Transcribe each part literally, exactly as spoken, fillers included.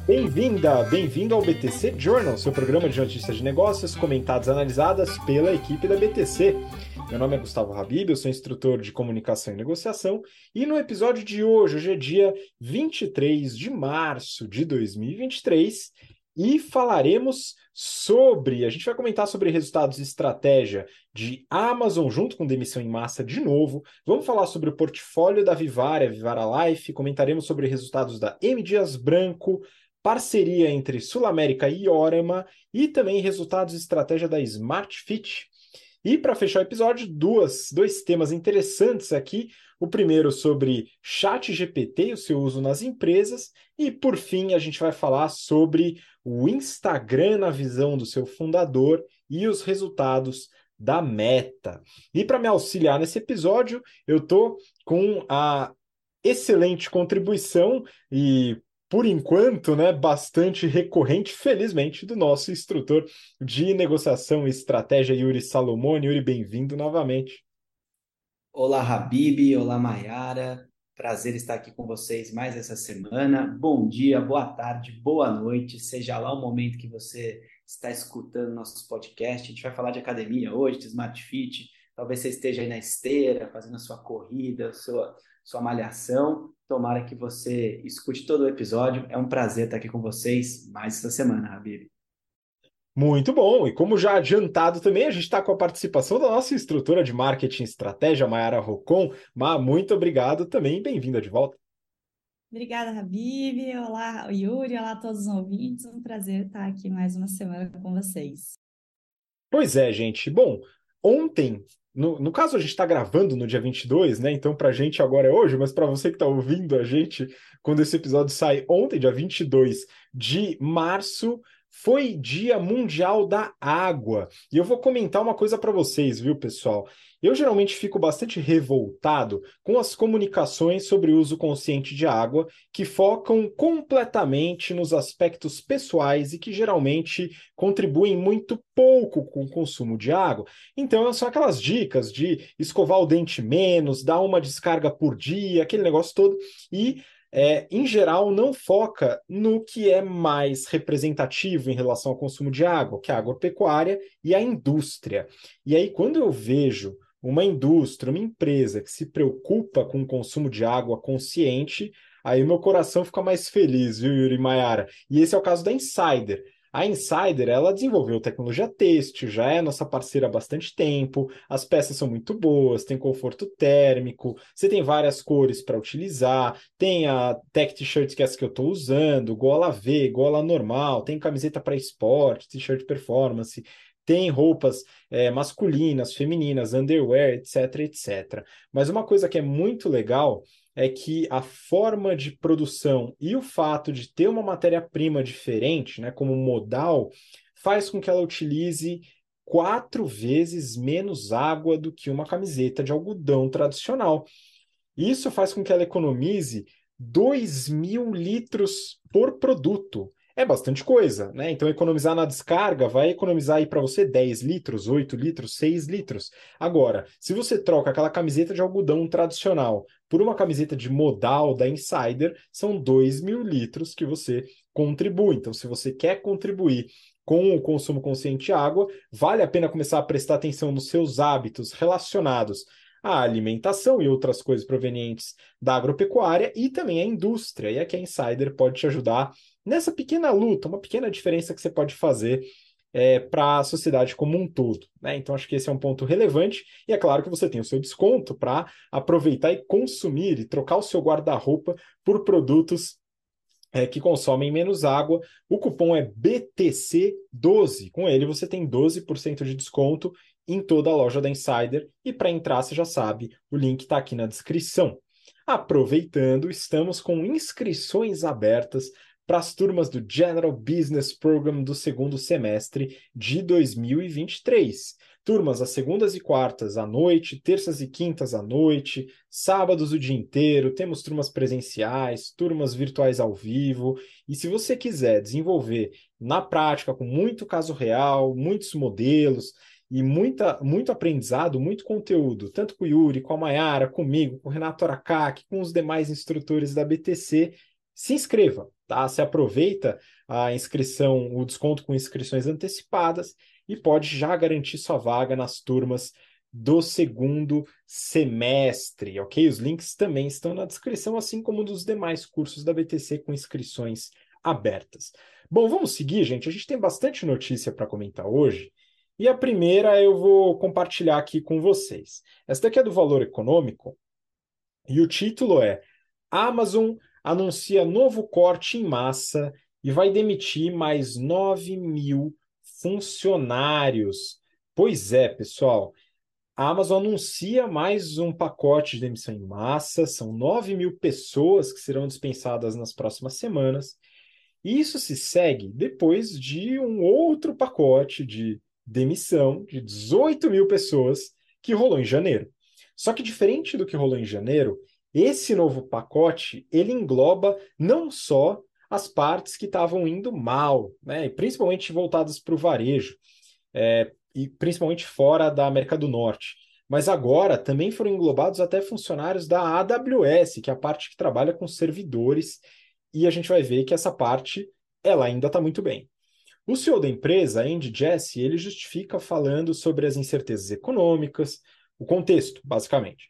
Bem-vinda, bem-vindo ao B T C Journal, seu programa de notícias de negócios comentadas e analisadas pela equipe da B T C. Meu nome é Gustavo Habib, eu sou instrutor de comunicação e negociação, e no episódio de hoje, hoje é dia vinte e três de março de dois mil e vinte e três, e falaremos sobre, a gente vai comentar sobre resultados e estratégia de Amazon junto com demissão em massa de novo. Vamos falar sobre o portfólio da Vivara, Vivara Life, comentaremos sobre resultados da M. Dias Branco, parceria entre Sul América e Orama e também resultados e estratégia da Smart Fit. E para fechar o episódio, duas, dois temas interessantes aqui. O primeiro sobre ChatGPT e o seu uso nas empresas. E, por fim, a gente vai falar sobre o Instagram na visão do seu fundador e os resultados da Meta. E para me auxiliar nesse episódio, eu estou com a excelente contribuição e, por enquanto, né, bastante recorrente, felizmente, do nosso instrutor de negociação e estratégia, Yuri Salomone. Yuri, bem-vindo novamente. Olá, Habib, olá, Mayara. Prazer estar aqui com vocês mais essa semana. Bom dia, boa tarde, boa noite, seja lá o momento que você está escutando nossos podcasts. A gente vai falar de academia hoje, de Smart Fit. Talvez você esteja aí na esteira, fazendo a sua corrida, sua, sua malhação. Tomara que você escute todo o episódio. É um prazer estar aqui com vocês mais essa semana, Habib. Muito bom! E como já adiantado também, a gente está com a participação da nossa instrutora de marketing e estratégia, Mayara Rocon. Ma, muito obrigado também, bem-vinda de volta. Obrigada, Habib. Olá, Yuri. Olá a todos os ouvintes. Um prazer estar aqui mais uma semana com vocês. Pois é, gente. Bom, ontem, no, no caso a gente está gravando no dia vinte e dois, né? Então para a gente agora é hoje, mas para você que está ouvindo a gente, quando esse episódio sai ontem, dia vinte e dois de março, foi Dia Mundial da Água. E eu vou comentar uma coisa para vocês, viu, pessoal? Eu geralmente fico bastante revoltado com as comunicações sobre o uso consciente de água, que focam completamente nos aspectos pessoais e que geralmente contribuem muito pouco com o consumo de água. Então, são aquelas dicas de escovar o dente menos, dar uma descarga por dia, aquele negócio todo. E é, em geral, não foca no que é mais representativo em relação ao consumo de água, que é a agropecuária e a indústria. E aí, quando eu vejo uma indústria, uma empresa que se preocupa com o consumo de água consciente, aí meu coração fica mais feliz, viu, Yuri Mayara? E esse é o caso da Insider. A Insider, ela desenvolveu tecnologia têxtil, já é nossa parceira há bastante tempo, as peças são muito boas, tem conforto térmico, você tem várias cores para utilizar, tem a tech t-shirt que é essa que eu estou usando, gola V, gola normal, tem camiseta para esporte, t-shirt performance, tem roupas é, masculinas, femininas, underwear, etc, etcétera. Mas uma coisa que é muito legal é que a forma de produção e o fato de ter uma matéria-prima diferente, né, como modal, faz com que ela utilize quatro vezes menos água do que uma camiseta de algodão tradicional. Isso faz com que ela economize dois mil litros por produto. É bastante coisa, né? Então, economizar na descarga vai economizar aí para você dez litros, oito litros, seis litros. Agora, se você troca aquela camiseta de algodão tradicional por uma camiseta de modal da Insider, são dois mil litros que você contribui. Então, se você quer contribuir com o consumo consciente de água, vale a pena começar a prestar atenção nos seus hábitos relacionados à alimentação e outras coisas provenientes da agropecuária e também a indústria. E aqui a Insider pode te ajudar nessa pequena luta, uma pequena diferença que você pode fazer é, para a sociedade como um todo, né? Então, acho que esse é um ponto relevante. E é claro que você tem o seu desconto para aproveitar e consumir e trocar o seu guarda-roupa por produtos é, que consomem menos água. O cupom é B T C doze. Com ele você tem doze por cento de desconto em toda a loja da Insider. E para entrar, você já sabe, o link está aqui na descrição. Aproveitando, estamos com inscrições abertas para as turmas do General Business Program do segundo semestre de dois mil e vinte e três. Turmas às segundas e quartas à noite, terças e quintas à noite, sábados o dia inteiro, temos turmas presenciais, turmas virtuais ao vivo. E se você quiser desenvolver na prática, com muito caso real, muitos modelos e muita, muito aprendizado, muito conteúdo, tanto com o Yuri, com a Mayara, comigo, com o Renato Aracaki, com os demais instrutores da B T C, se inscreva. tá? Você aproveita a inscrição, o desconto com inscrições antecipadas e pode já garantir sua vaga nas turmas do segundo semestre, ok? Os links também estão na descrição, assim como dos demais cursos da B T C com inscrições abertas. Bom, vamos seguir, gente. A gente tem bastante notícia para comentar hoje. E a primeira eu vou compartilhar aqui com vocês. Essa daqui é do Valor Econômico e o título é Amazon anuncia novo corte em massa e vai demitir mais nove mil funcionários. Pois é, pessoal. A Amazon anuncia mais um pacote de demissão em massa, são nove mil pessoas que serão dispensadas nas próximas semanas. E isso se segue depois de um outro pacote de demissão de dezoito mil pessoas que rolou em janeiro. Só que diferente do que rolou em janeiro, esse novo pacote ele engloba não só as partes que estavam indo mal, né, e principalmente voltadas para o varejo, é, e principalmente fora da América do Norte. Mas agora também foram englobados até funcionários da A W S, que é a parte que trabalha com servidores, e a gente vai ver que essa parte ela ainda está muito bem. O C E O da empresa, Andy Jassy, ele justifica falando sobre as incertezas econômicas, o contexto, basicamente.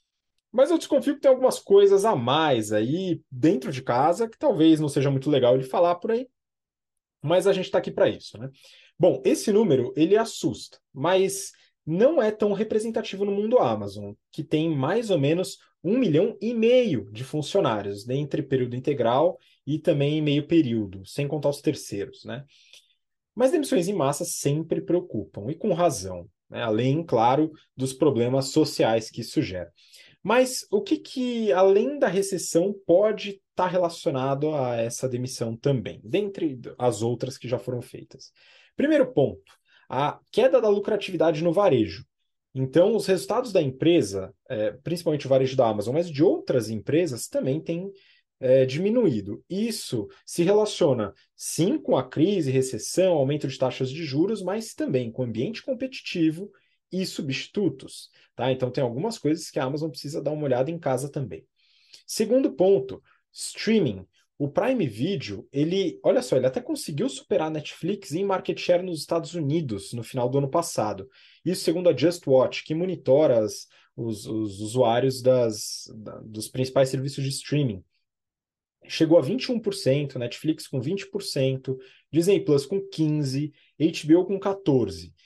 Mas eu desconfio que tem algumas coisas a mais aí dentro de casa que talvez não seja muito legal ele falar por aí, mas a gente está aqui para isso, né? Bom, esse número ele assusta, mas não é tão representativo no mundo Amazon, que tem mais ou menos um milhão e meio de funcionários, né, entre período integral e também meio período, sem contar os terceiros, né? Mas demissões em massa sempre preocupam, e com razão, né? Além, claro, dos problemas sociais que isso gera. Mas o que, que além da recessão, pode estar relacionado a essa demissão também, dentre as outras que já foram feitas? Primeiro ponto, a queda da lucratividade no varejo. Então, os resultados da empresa, é, principalmente o varejo da Amazon, mas de outras empresas, também têm é, diminuído. Isso se relaciona, sim, com a crise, recessão, aumento de taxas de juros, mas também com o ambiente competitivo e substitutos. Tá? Então, tem algumas coisas que a Amazon precisa dar uma olhada em casa também. Segundo ponto, streaming. O Prime Video, ele, olha só, ele até conseguiu superar a Netflix em market share nos Estados Unidos no final do ano passado. Isso segundo a Just Watch, que monitora as, os, os usuários das, da, dos principais serviços de streaming. Chegou a vinte e um por cento, Netflix com vinte por cento, Disney Plus com quinze por cento, H B O com quatorze por cento.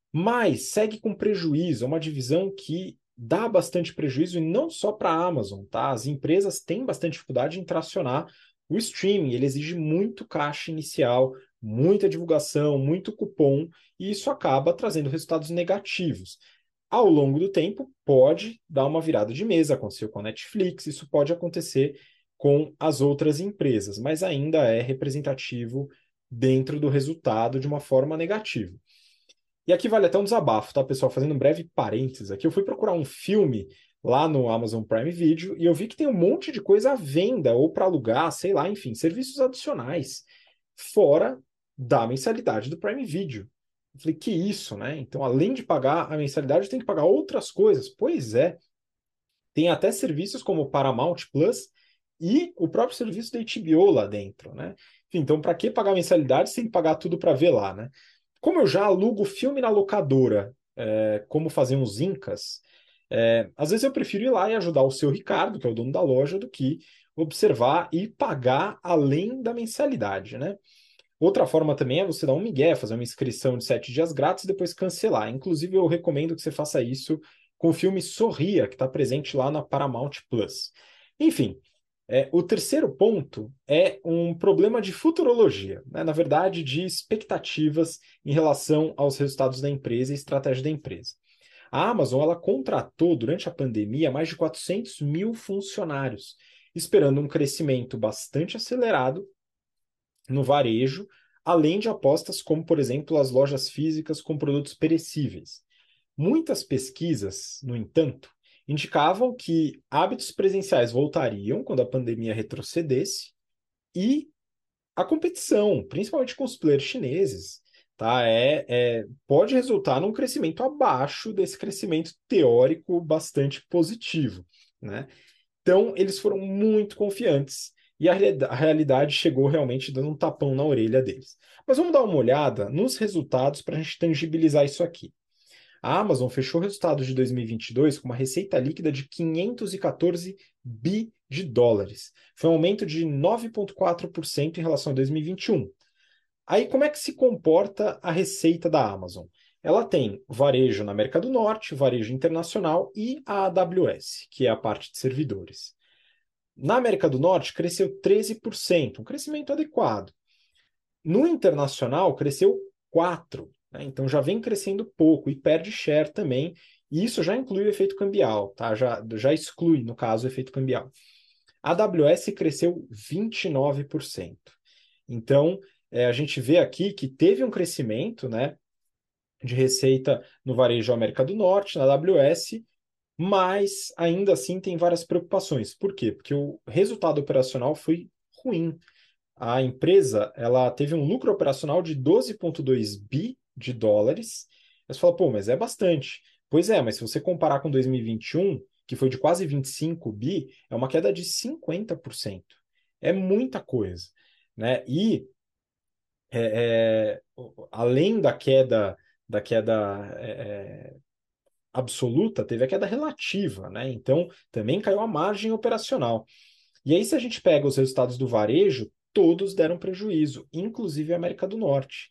Mas segue com prejuízo, é uma divisão que dá bastante prejuízo e não só para a Amazon, tá? As empresas têm bastante dificuldade em tracionar o streaming, ele exige muito caixa inicial, muita divulgação, muito cupom, e isso acaba trazendo resultados negativos. Ao longo do tempo, pode dar uma virada de mesa, aconteceu com a Netflix, isso pode acontecer com as outras empresas, mas ainda é representativo dentro do resultado de uma forma negativa. E aqui vale até um desabafo, tá, pessoal? Fazendo um breve parênteses aqui, eu fui procurar um filme lá no Amazon Prime Video e eu vi que tem um monte de coisa à venda ou para alugar, sei lá, enfim, serviços adicionais, fora da mensalidade do Prime Video. Eu falei, que isso, né? Então, além de pagar a mensalidade, eu tenho que pagar outras coisas. Pois é, tem até serviços como o Paramount Plus e o próprio serviço da H B O lá dentro, né? Enfim, então, para que pagar mensalidade sem pagar tudo para ver lá, né? Como eu já alugo filme na locadora, é, como faziam os Incas, é, às vezes eu prefiro ir lá e ajudar o seu Ricardo, que é o dono da loja, do que observar e pagar além da mensalidade, né? Outra forma também é você dar um migué, fazer uma inscrição de sete dias grátis e depois cancelar. Inclusive, eu recomendo que você faça isso com o filme Sorria, que está presente lá na Paramount Plus. Enfim, é, o terceiro ponto é um problema de futurologia, né? Na verdade, de expectativas em relação aos resultados da empresa e estratégia da empresa. A Amazon ela contratou durante a pandemia mais de quatrocentos mil funcionários, esperando um crescimento bastante acelerado no varejo, além de apostas como, por exemplo, as lojas físicas com produtos perecíveis. Muitas pesquisas, no entanto, indicavam que hábitos presenciais voltariam quando a pandemia retrocedesse e a competição, principalmente com os players chineses, tá, é, é, pode resultar num crescimento abaixo desse crescimento teórico bastante positivo, né? Então, eles foram muito confiantes e a, reali- a realidade chegou realmente dando um tapão na orelha deles. Mas vamos dar uma olhada nos resultados para a gente tangibilizar isso aqui. A Amazon fechou o resultado de dois mil e vinte e dois com uma receita líquida de quinhentos e quatorze bi de dólares. Foi um aumento de nove vírgula quatro por cento em relação a dois mil e vinte e um. Aí, como é que se comporta a receita da Amazon? Ela tem varejo na América do Norte, varejo internacional e a AWS, que é a parte de servidores. Na América do Norte, cresceu treze por cento, um crescimento adequado. No internacional, cresceu quatro por cento, né? Então já vem crescendo pouco e perde share também. E isso já inclui o efeito cambial, tá? Já, já exclui, no caso, o efeito cambial. A AWS cresceu vinte e nove por cento. Então, é, a gente vê aqui que teve um crescimento, né, de receita no varejo América do Norte, na A W S, mas ainda assim tem várias preocupações. Por quê? Porque o resultado operacional foi ruim. A empresa ela teve um lucro operacional de doze vírgula dois bi de dólares. Aí você fala, pô, mas é bastante. Pois é, mas se você comparar com dois mil e vinte e um, que foi de quase vinte e cinco bi, é uma queda de cinquenta por cento. É muita coisa, né? E é, é, além da queda da queda é, absoluta, teve a queda relativa, né? Então também caiu a margem operacional. E aí, se a gente pega os resultados do varejo, todos deram prejuízo, inclusive a América do Norte.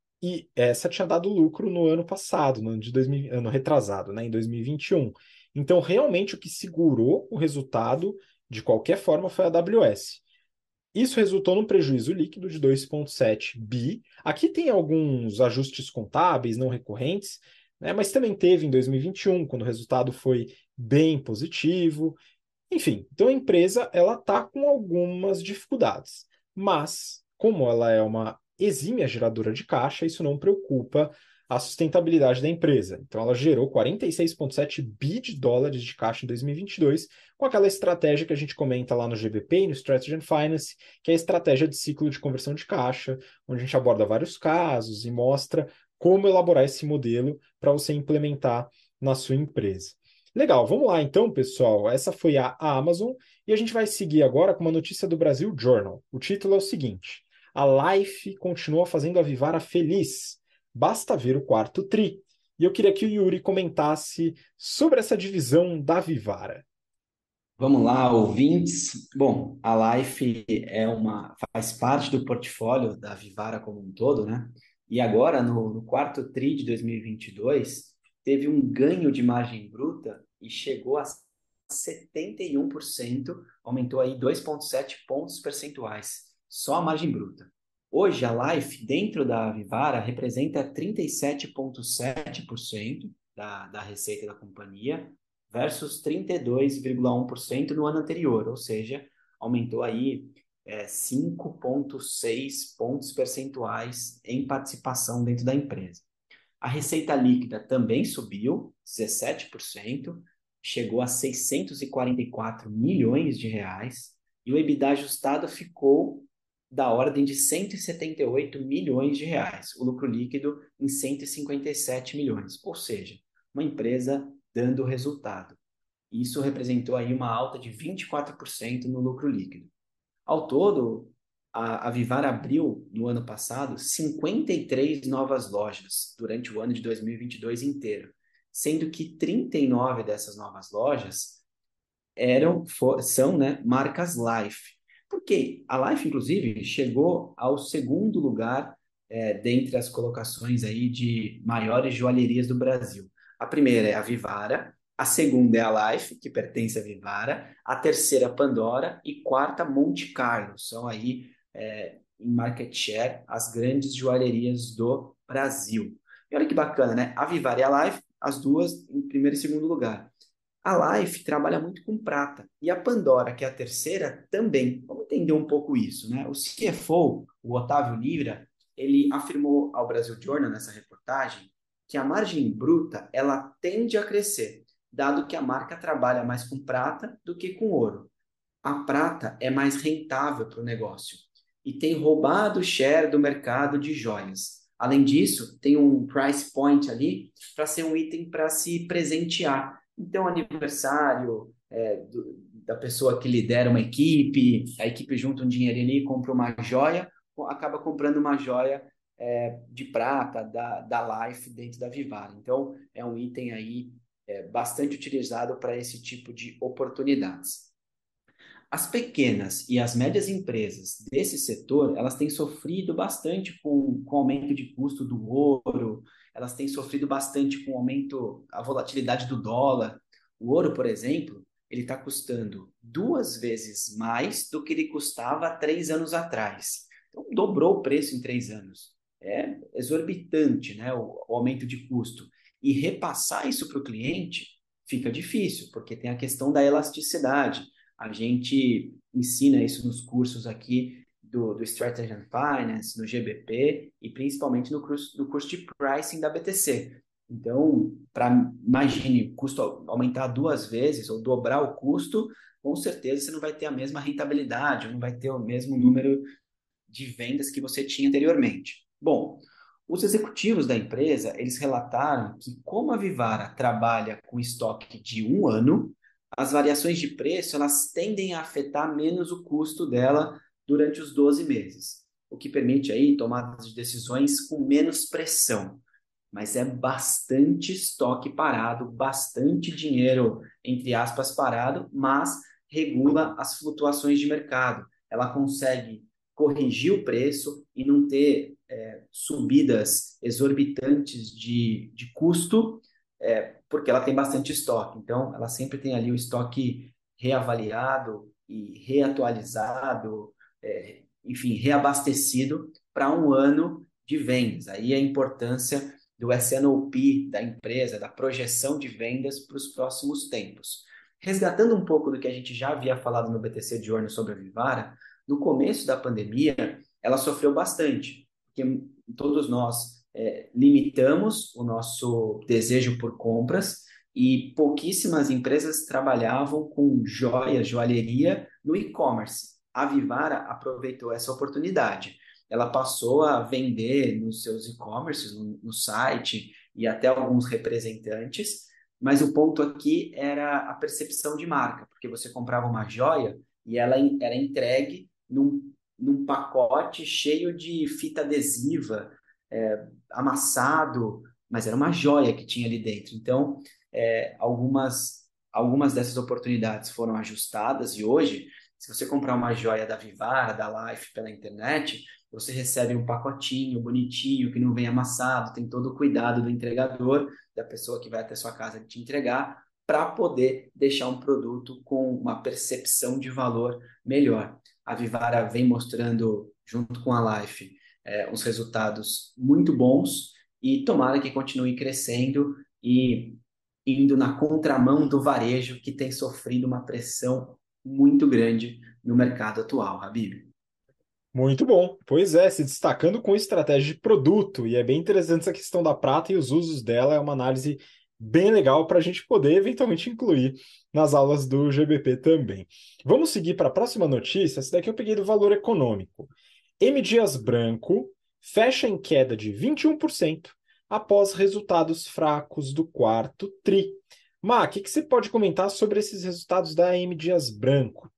E essa tinha dado lucro no ano passado, no ano de dois mil, ano retrasado, né, em dois mil e vinte e um. Então, realmente, o que segurou o resultado, de qualquer forma, foi a AWS. Isso resultou num prejuízo líquido de dois vírgula sete bi. Aqui tem alguns ajustes contábeis não recorrentes, né, mas também teve em dois mil e vinte e um, quando o resultado foi bem positivo. Enfim, então a empresa ela está com algumas dificuldades, mas como ela é uma exímia geradora de caixa, isso não preocupa a sustentabilidade da empresa. Então ela gerou quarenta e seis vírgula sete bi de dólares de caixa em dois mil e vinte e dois, com aquela estratégia que a gente comenta lá no G B P, no Strategy and Finance, que é a estratégia de ciclo de conversão de caixa, onde a gente aborda vários casos e mostra como elaborar esse modelo para você implementar na sua empresa. Legal, vamos lá então, pessoal. Essa foi a Amazon e a gente vai seguir agora com uma notícia do Brasil Journal. O título é o seguinte: A Life continua fazendo a Vivara feliz. Basta ver o quarto tri. E eu queria que o Yuri comentasse sobre essa divisão da Vivara. Vamos lá, ouvintes. Bom, a Life é uma, faz parte do portfólio da Vivara como um todo, né? E agora, no, no quarto tri de dois mil e vinte e dois, teve um ganho de margem bruta e chegou a setenta e um por cento, aumentou aí dois vírgula sete pontos percentuais, só a margem bruta. Hoje, a Life, dentro da Vivara, representa trinta e sete vírgula sete por cento da, da receita da companhia, versus trinta e dois vírgula um por cento no ano anterior, ou seja, aumentou aí é, cinco vírgula seis pontos percentuais em participação dentro da empresa. A receita líquida também subiu dezessete por cento, chegou a seiscentos e quarenta e quatro milhões de reais, e o EBITDA ajustado ficou da ordem de cento e setenta e oito milhões de reais, o lucro líquido em cento e cinquenta e sete milhões, ou seja, uma empresa dando resultado. Isso representou aí uma alta de vinte e quatro por cento no lucro líquido. Ao todo, a, a Vivara abriu, no ano passado, cinquenta e três novas lojas durante o ano de dois mil e vinte e dois inteiro, sendo que trinta e nove dessas novas lojas eram, for, são né, marcas Life. Porque a Life, inclusive, chegou ao segundo lugar é, dentre as colocações aí de maiores joalherias do Brasil. A primeira é a Vivara, a segunda é a Life, que pertence à Vivara, a terceira Pandora e quarta Monte Carlo. São aí, é, em market share, as grandes joalherias do Brasil. E olha que bacana, né? A Vivara e a Life, as duas em primeiro e segundo lugar. A Life trabalha muito com prata e a Pandora, que é a terceira, também. Vamos entender um pouco isso, né? O C F O, o Otávio Lira, ele afirmou ao Brasil Journal nessa reportagem que a margem bruta ela tende a crescer, dado que a marca trabalha mais com prata do que com ouro. A prata é mais rentável para o negócio e tem roubado o share do mercado de joias. Além disso, tem um price point ali para ser um item para se presentear. Então, aniversário, é, do, da pessoa que lidera uma equipe, a equipe junta um dinheiro ali, compra uma joia, acaba comprando uma joia é, de prata da, da Life dentro da Vivara. Então, é um item aí é, bastante utilizado para esse tipo de oportunidades. As pequenas e as médias empresas desse setor, elas têm sofrido bastante com, com o aumento de custo do ouro, elas têm sofrido bastante com o aumento, a volatilidade do dólar. O ouro, por exemplo, ele está custando duas vezes mais do que ele custava há três anos atrás. Então, dobrou o preço em três anos. É exorbitante, né, o, o aumento de custo. E repassar isso para o cliente fica difícil, porque tem a questão da elasticidade. A gente ensina isso nos cursos aqui do, do Strategy and Finance, no G B P e principalmente no curso, no curso de Pricing da B T C. Então, para imagine o custo aumentar duas vezes ou dobrar o custo, com certeza você não vai ter a mesma rentabilidade, não vai ter o mesmo número de vendas que você tinha anteriormente. Bom, os executivos da empresa, eles relataram que como a Vivara trabalha com estoque de um ano, as variações de preço, elas tendem a afetar menos o custo dela durante os doze meses, o que permite aí tomadas de decisões com menos pressão. Mas é bastante estoque parado, bastante dinheiro, entre aspas, parado, mas regula as flutuações de mercado. Ela consegue corrigir o preço e não ter é, subidas exorbitantes de, de custo, é, porque ela tem bastante estoque. Então, ela sempre tem ali o estoque reavaliado e reatualizado, é, enfim, reabastecido para um ano de vendas. Aí a importância do S N O P da empresa, da projeção de vendas para os próximos tempos. Resgatando um pouco do que a gente já havia falado no B T C Journal sobre a Vivara, no começo da pandemia, ela sofreu bastante, porque todos nós é, limitamos o nosso desejo por compras e pouquíssimas empresas trabalhavam com joias, joalheria no e-commerce. A Vivara aproveitou essa oportunidade. Ela passou a vender nos seus e-commerces, no, no site e até alguns representantes, mas o ponto aqui era a percepção de marca, porque você comprava uma joia e ela era entregue num, num pacote cheio de fita adesiva, é, amassado, mas era uma joia que tinha ali dentro. Então, é, algumas, algumas dessas oportunidades foram ajustadas e hoje, se você comprar uma joia da Vivara, da Life pela internet, você recebe um pacotinho bonitinho, que não vem amassado, tem todo o cuidado do entregador, da pessoa que vai até sua casa te entregar, para poder deixar um produto com uma percepção de valor melhor. A Vivara vem mostrando, junto com a Life, é, uns resultados muito bons e tomara que continue crescendo e indo na contramão do varejo, que tem sofrido uma pressão muito grande no mercado atual, Habib. Muito bom. Pois é, se destacando com estratégia de produto, e é bem interessante essa questão da prata e os usos dela, é uma análise bem legal para a gente poder eventualmente incluir nas aulas do G B P também. Vamos seguir para a próxima notícia. Essa daqui eu peguei do Valor Econômico. M. Dias Branco fecha em queda de vinte e um por cento após resultados fracos do quarto TRI. Má, o que, que você pode comentar sobre esses resultados da M. Dias Branco?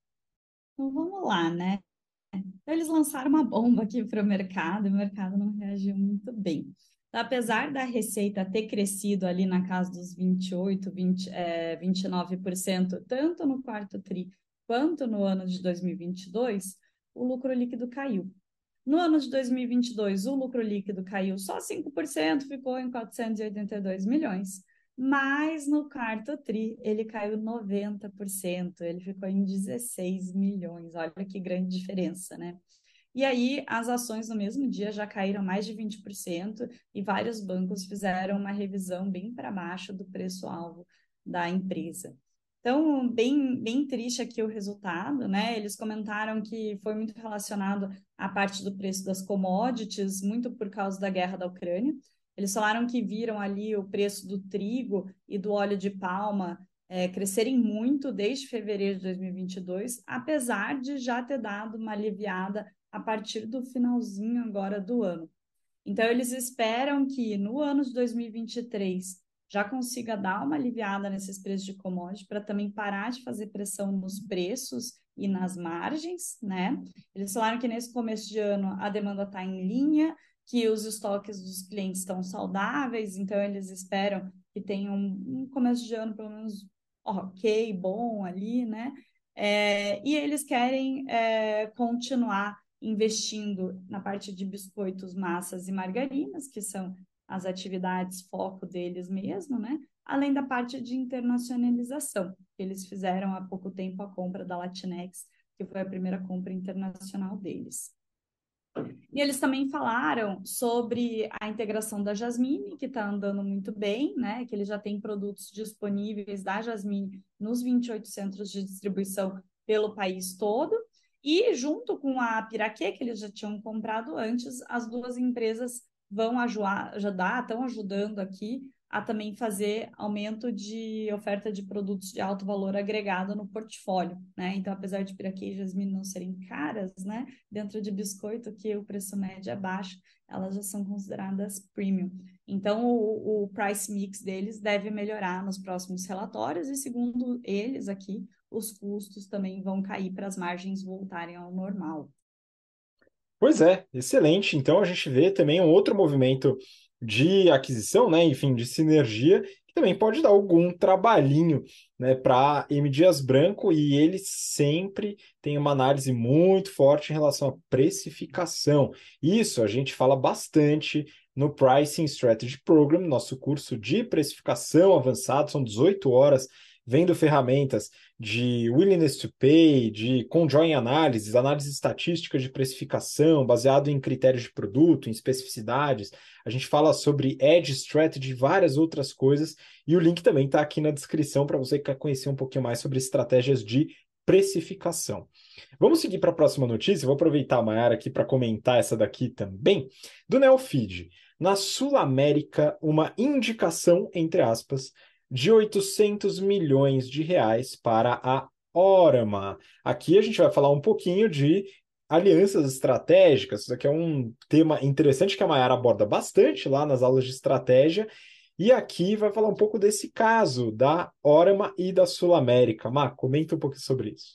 Então vamos lá, né? Então, eles lançaram uma bomba aqui para o mercado e o mercado não reagiu muito bem. Então, apesar da receita ter crescido ali na casa dos vinte e oito, vinte, é, vinte e nove por cento, tanto no quarto TRI quanto no ano de dois mil e vinte e dois, o lucro líquido caiu. No ano de dois mil e vinte e dois, o lucro líquido caiu só cinco por cento, ficou em quatrocentos e oitenta e dois milhões. Mas no quarto TRI, ele caiu noventa por cento, ele ficou em dezesseis milhões. Olha que grande diferença, né? E aí, as ações no mesmo dia já caíram mais de vinte por cento e vários bancos fizeram uma revisão bem para baixo do preço-alvo da empresa. Então, bem, bem triste aqui o resultado, né? Eles comentaram que foi muito relacionado à parte do preço das commodities, muito por causa da guerra da Ucrânia. Eles falaram que viram ali o preço do trigo e do óleo de palma é, crescerem muito desde fevereiro de dois mil e vinte e dois, apesar de já ter dado uma aliviada a partir do finalzinho agora do ano. Então, eles esperam que no ano de dois mil e vinte e três já consiga dar uma aliviada nesses preços de commodity para também parar de fazer pressão nos preços e nas margens, né? Eles falaram que nesse começo de ano a demanda está em linha, que os estoques dos clientes estão saudáveis, então eles esperam que tenha um, um começo de ano pelo menos ok, bom ali, né? É, e eles querem é, continuar investindo na parte de biscoitos, massas e margarinas, que são as atividades foco deles mesmo, né? Além da parte de internacionalização, que eles fizeram há pouco tempo a compra da Latinex, que foi a primeira compra internacional deles. E eles também falaram sobre a integração da Jasmine, que está andando muito bem, né? Que eles já têm produtos disponíveis da Jasmine nos vinte e oito centros de distribuição pelo país todo. E junto com a Piraquê, que eles já tinham comprado antes, as duas empresas vão ajudar, ajudar, estão ajudando aqui a também fazer aumento de oferta de produtos de alto valor agregado no portfólio, né? Então, apesar de Piraquê e Jasmine não serem caras, né? Dentro de biscoito, que o preço médio é baixo, elas já são consideradas premium. Então, o, o price mix deles deve melhorar nos próximos relatórios e, segundo eles aqui, os custos também vão cair para as margens voltarem ao normal. Pois é, excelente. Então a gente vê também um outro movimento de aquisição, né? Enfim, de sinergia, que também pode dar algum trabalhinho, né, para M. Dias Branco, e ele sempre tem uma análise muito forte em relação à precificação. Isso a gente fala bastante no Pricing Strategy Program, nosso curso de precificação avançado, são dezoito horas vendo ferramentas de willingness to pay, de conjoin analysis, análise estatística de precificação, baseado em critérios de produto, em especificidades. A gente fala sobre edge strategy, várias outras coisas, e o link também está aqui na descrição para você que quer conhecer um pouquinho mais sobre estratégias de precificação. Vamos seguir para a próxima notícia. Vou aproveitar a Mayara aqui para comentar essa daqui também, do Neofeed. Na Sul América, uma indicação, entre aspas, de oitocentos milhões de reais para a Orama. Aqui a gente vai falar um pouquinho de alianças estratégicas. Isso aqui é um tema interessante que a Mayara aborda bastante lá nas aulas de estratégia. E aqui vai falar um pouco desse caso da Orama e da Sul América. Má, comenta um pouquinho sobre isso.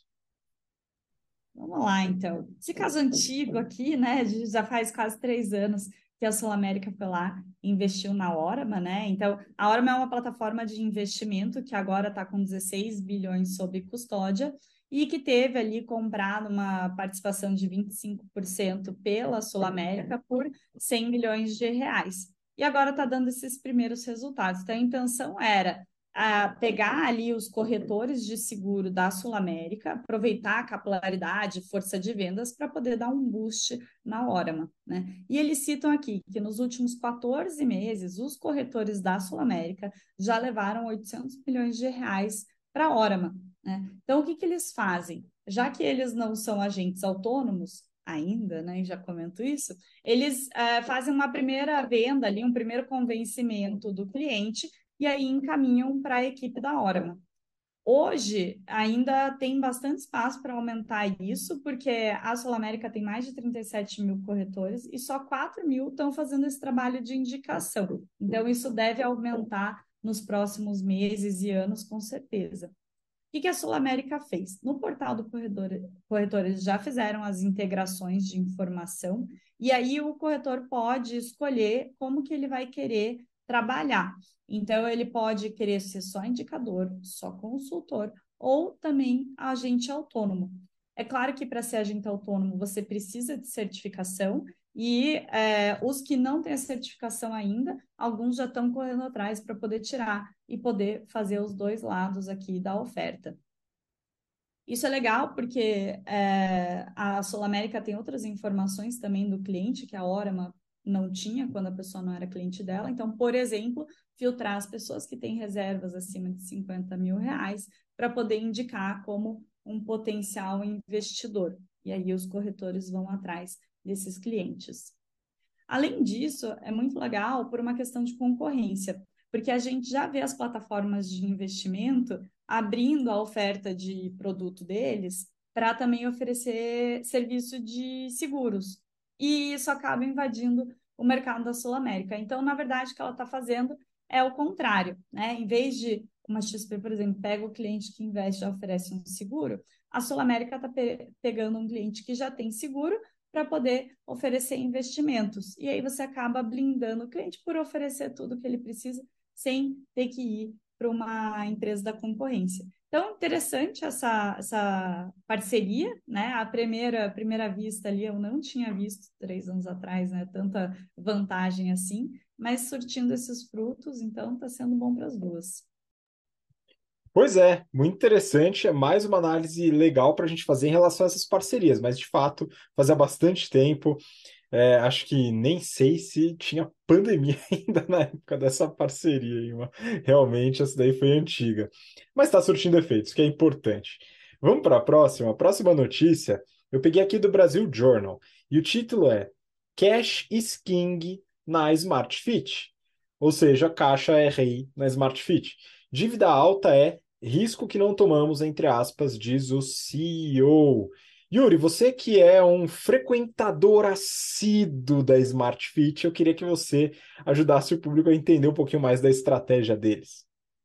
Vamos lá, então. Esse caso antigo aqui, né, já faz quase três anos que a Sul América foi lá e investiu na Orama, né? Então, a Orama é uma plataforma de investimento que agora está com dezesseis bilhões sob custódia e que teve ali comprado uma participação de vinte e cinco por cento pela Sul América por cem milhões de reais. E agora está dando esses primeiros resultados. Então, a intenção era a pegar ali os corretores de seguro da Sul América, aproveitar a capilaridade, força de vendas para poder dar um boost na Orama, né? E eles citam aqui que nos últimos quatorze meses, os corretores da Sul América já levaram oitocentos milhões de reais para a Orama, né? Então, o que, que eles fazem? Já que eles não são agentes autônomos, ainda, né, já comento isso, eles uh, fazem uma primeira venda ali, um primeiro convencimento do cliente e aí encaminham para a equipe da Orama. Hoje, ainda tem bastante espaço para aumentar isso, porque a Sul América tem mais de trinta e sete mil corretores e só quatro mil estão fazendo esse trabalho de indicação. Então, isso deve aumentar nos próximos meses e anos, com certeza. O que a Sul América fez? No portal do corretor, corretores já fizeram as integrações de informação e aí o corretor pode escolher como que ele vai querer trabalhar. Então, ele pode querer ser só indicador, só consultor ou também agente autônomo. É claro que para ser agente autônomo você precisa de certificação e é, os que não têm a certificação ainda, alguns já estão correndo atrás para poder tirar e poder fazer os dois lados aqui da oferta. Isso é legal porque é, a Sul América tem outras informações também do cliente que a Orama não tinha quando a pessoa não era cliente dela. Então, por exemplo, filtrar as pessoas que têm reservas acima de cinquenta mil reais para poder indicar como um potencial investidor. E aí os corretores vão atrás desses clientes. Além disso, é muito legal por uma questão de concorrência, porque a gente já vê as plataformas de investimento abrindo a oferta de produto deles para também oferecer serviço de seguros. E isso acaba invadindo o mercado da Sul América. Então, na verdade, o que ela está fazendo é o contrário, né? Em vez de uma X P, por exemplo, pega o cliente que investe e oferece um seguro, a Sul América está pe pegando um cliente que já tem seguro para poder oferecer investimentos. E aí você acaba blindando o cliente por oferecer tudo que ele precisa sem ter que ir para uma empresa da concorrência. Então, interessante essa, essa parceria, né? À primeira, à primeira vista ali, eu não tinha visto três anos atrás, né? Tanta vantagem assim, mas surtindo esses frutos, então está sendo bom para as duas. Pois é, muito interessante. É mais uma análise legal para a gente fazer em relação a essas parcerias, mas de fato, fazia bastante tempo. É, acho que nem sei se tinha pandemia ainda na época dessa parceria, hein, mano. Realmente, essa daí foi antiga. Mas está surtindo efeitos, que é importante. Vamos para a próxima. A próxima notícia eu peguei aqui do Brasil Journal. E o título é Cash is King na Smart Fit. Ou seja, caixa é rei na Smart Fit. Dívida alta é risco que não tomamos, entre aspas, diz o C E O. Yuri, você que é um frequentador assíduo da Smart Fit, eu queria que você ajudasse o público a entender um pouquinho mais da estratégia deles.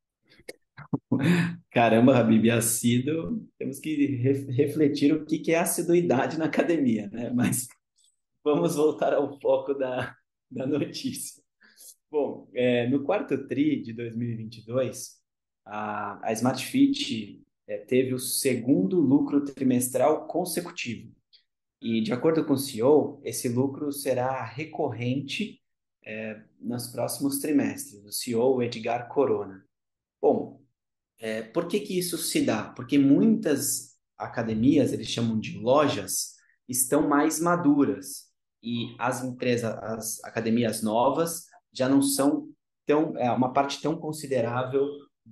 Caramba, Habib, assíduo, temos que re- refletir o que que é assiduidade na academia, né? Mas vamos voltar ao foco da, da notícia. Bom, é, no quarto TRI de dois mil e vinte e dois, a, a Smart Fit é, teve o segundo lucro trimestral consecutivo. E, de acordo com o C E O, esse lucro será recorrente é, nos próximos trimestres. O C E O, Edgar Corona. Bom, é, por que que isso se dá? Porque muitas academias, eles chamam de lojas, estão mais maduras e as empresas, as academias novas já não são tão, é, uma parte tão considerável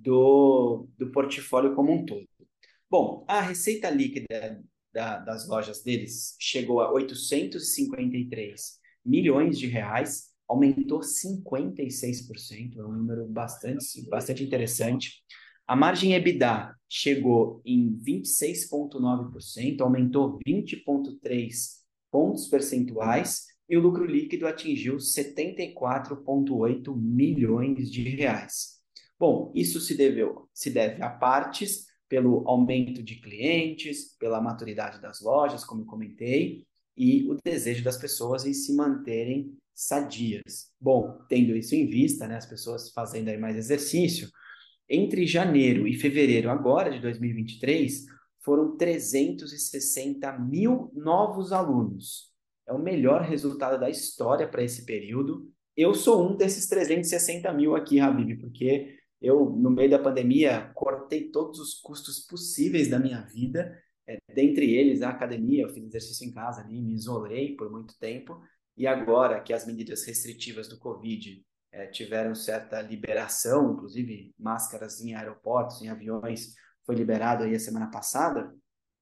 do, do portfólio como um todo. Bom, a receita líquida da- das lojas deles chegou a oitocentos e cinquenta e três milhões de reais, aumentou cinquenta e seis por cento, é um número bastante, bastante interessante. A margem EBITDA chegou em vinte e seis vírgula nove por cento, aumentou vinte vírgula três pontos percentuais, e o lucro líquido atingiu setenta e quatro vírgula oito milhões de reais. Bom, isso se deveu, se deve a partes pelo aumento de clientes, pela maturidade das lojas, como eu comentei, e o desejo das pessoas em se manterem sadias. Bom, tendo isso em vista, né, as pessoas fazendo aí mais exercício, entre janeiro e fevereiro agora de dois mil e vinte e três, foram trezentos e sessenta mil novos alunos. É o melhor resultado da história para esse período. Eu sou um desses trezentos e sessenta mil aqui, Habib, porque eu, no meio da pandemia, cortei todos os custos possíveis da minha vida, é, dentre eles a academia, eu fiz exercício em casa ali, me isolei por muito tempo, e agora que as medidas restritivas do Covid é, tiveram certa liberação, inclusive máscaras em aeroportos, em aviões, foi liberado aí a semana passada,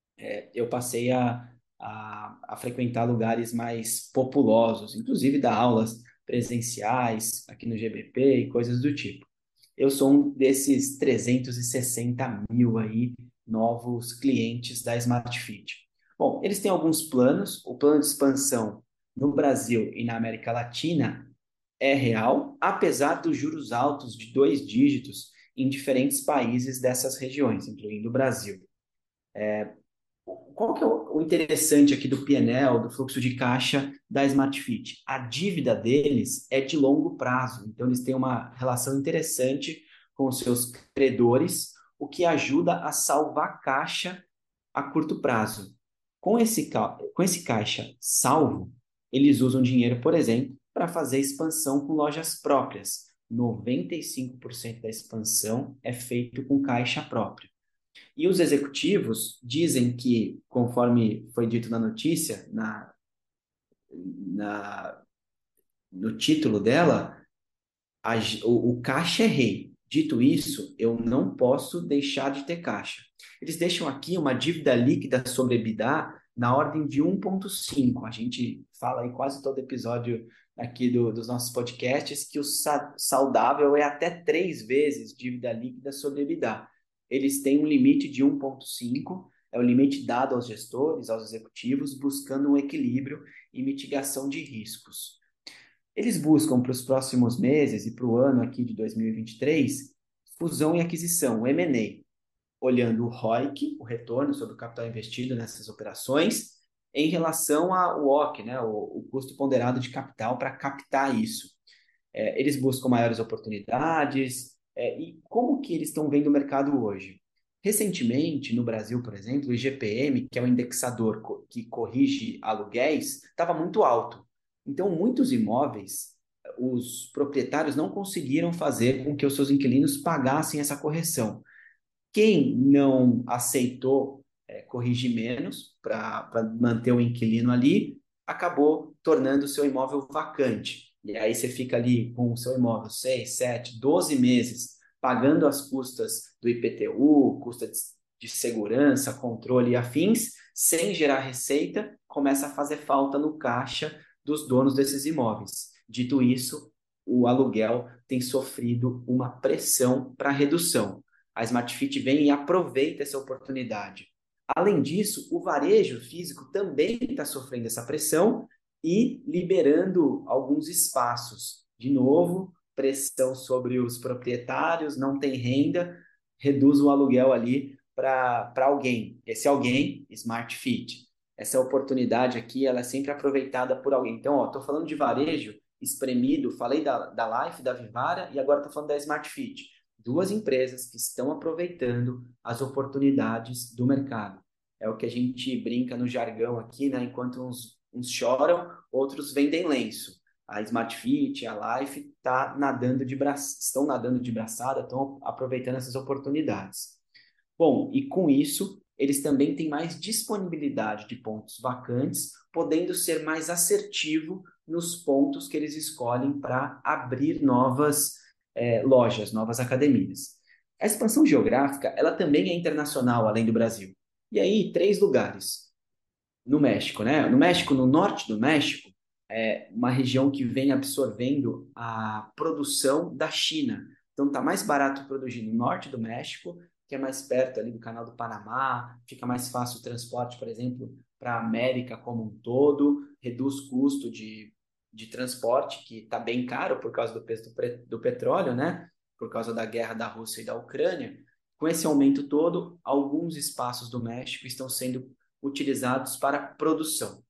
é, eu passei a, a, a frequentar lugares mais populosos, inclusive dar aulas presenciais aqui no G B P e coisas do tipo. Eu sou um desses trezentos e sessenta mil aí novos clientes da Smart Fit. Bom, eles têm alguns planos. O plano de expansão no Brasil e na América Latina é real, apesar dos juros altos de dois dígitos em diferentes países dessas regiões, incluindo o Brasil. Qual que é o interessante aqui do P e L, do fluxo de caixa da Smart Fit? A dívida deles é de longo prazo, então eles têm uma relação interessante com os seus credores, o que ajuda a salvar caixa a curto prazo. Com esse, com esse caixa salvo, eles usam dinheiro, por exemplo, para fazer expansão com lojas próprias. noventa e cinco por cento da expansão é feito com caixa próprio. E os executivos dizem que, conforme foi dito na notícia, na, na, no título dela, a, o, o caixa é rei. Dito isso, eu não posso deixar de ter caixa. Eles deixam aqui uma dívida líquida sobre EBITDA na ordem de um vírgula cinco. A gente fala em quase todo episódio aqui do, dos nossos podcasts que o sa saudável é até três vezes dívida líquida sobre EBITDA. Eles têm um limite de um vírgula cinco, é o limite dado aos gestores, aos executivos, buscando um equilíbrio e mitigação de riscos. Eles buscam para os próximos meses e para o ano aqui de dois mil e vinte e três, fusão e aquisição, o M and A, olhando o R O I C, o retorno sobre o capital investido nessas operações, em relação ao O C, né, o, o custo ponderado de capital para captar isso. É, eles buscam maiores oportunidades, é, e como que eles estão vendo o mercado hoje? Recentemente, no Brasil, por exemplo, o I G P M, que é o indexador co- que corrige aluguéis, estava muito alto. Então, muitos imóveis, os proprietários não conseguiram fazer com que os seus inquilinos pagassem essa correção. Quem não aceitou é, corrigir menos para manter o inquilino ali, acabou tornando o seu imóvel vacante. E aí você fica ali com o seu imóvel seis, sete, doze meses, pagando as custas do I P T U, custa de, de segurança, controle e afins, sem gerar receita, começa a fazer falta no caixa dos donos desses imóveis. Dito isso, o aluguel tem sofrido uma pressão para redução. A Smart Fit vem e aproveita essa oportunidade. Além disso, o varejo físico também está sofrendo essa pressão e liberando alguns espaços. De novo, pressão sobre os proprietários, não tem renda, reduz o aluguel ali para alguém. Esse alguém, Smart Fit. Essa oportunidade aqui, ela é sempre aproveitada por alguém. Então, estou falando de varejo espremido, falei da, da Life, da Vivara, e agora estou falando da Smart Fit. Duas empresas que estão aproveitando as oportunidades do mercado. É o que a gente brinca no jargão aqui, né? Enquanto uns, uns choram, outros vendem lenço. A Smart Fit, a Life tá nadando de bra... estão nadando de braçada, estão aproveitando essas oportunidades. Bom, e com isso, eles também têm mais disponibilidade de pontos vacantes, podendo ser mais assertivo nos pontos que eles escolhem para abrir novas é, lojas, novas academias. A expansão geográfica, ela também é internacional, além do Brasil. E aí, três lugares. No México, né? No México, no norte do México, é uma região que vem absorvendo a produção da China. Então, está mais barato produzir no norte do México, que é mais perto ali do Canal do Panamá, fica mais fácil o transporte, por exemplo, para a América como um todo, reduz custo de, de transporte, que está bem caro por causa do preço do, do petróleo, né? Por causa da guerra da Rússia e da Ucrânia. Com esse aumento todo, alguns espaços do México estão sendo utilizados para produção.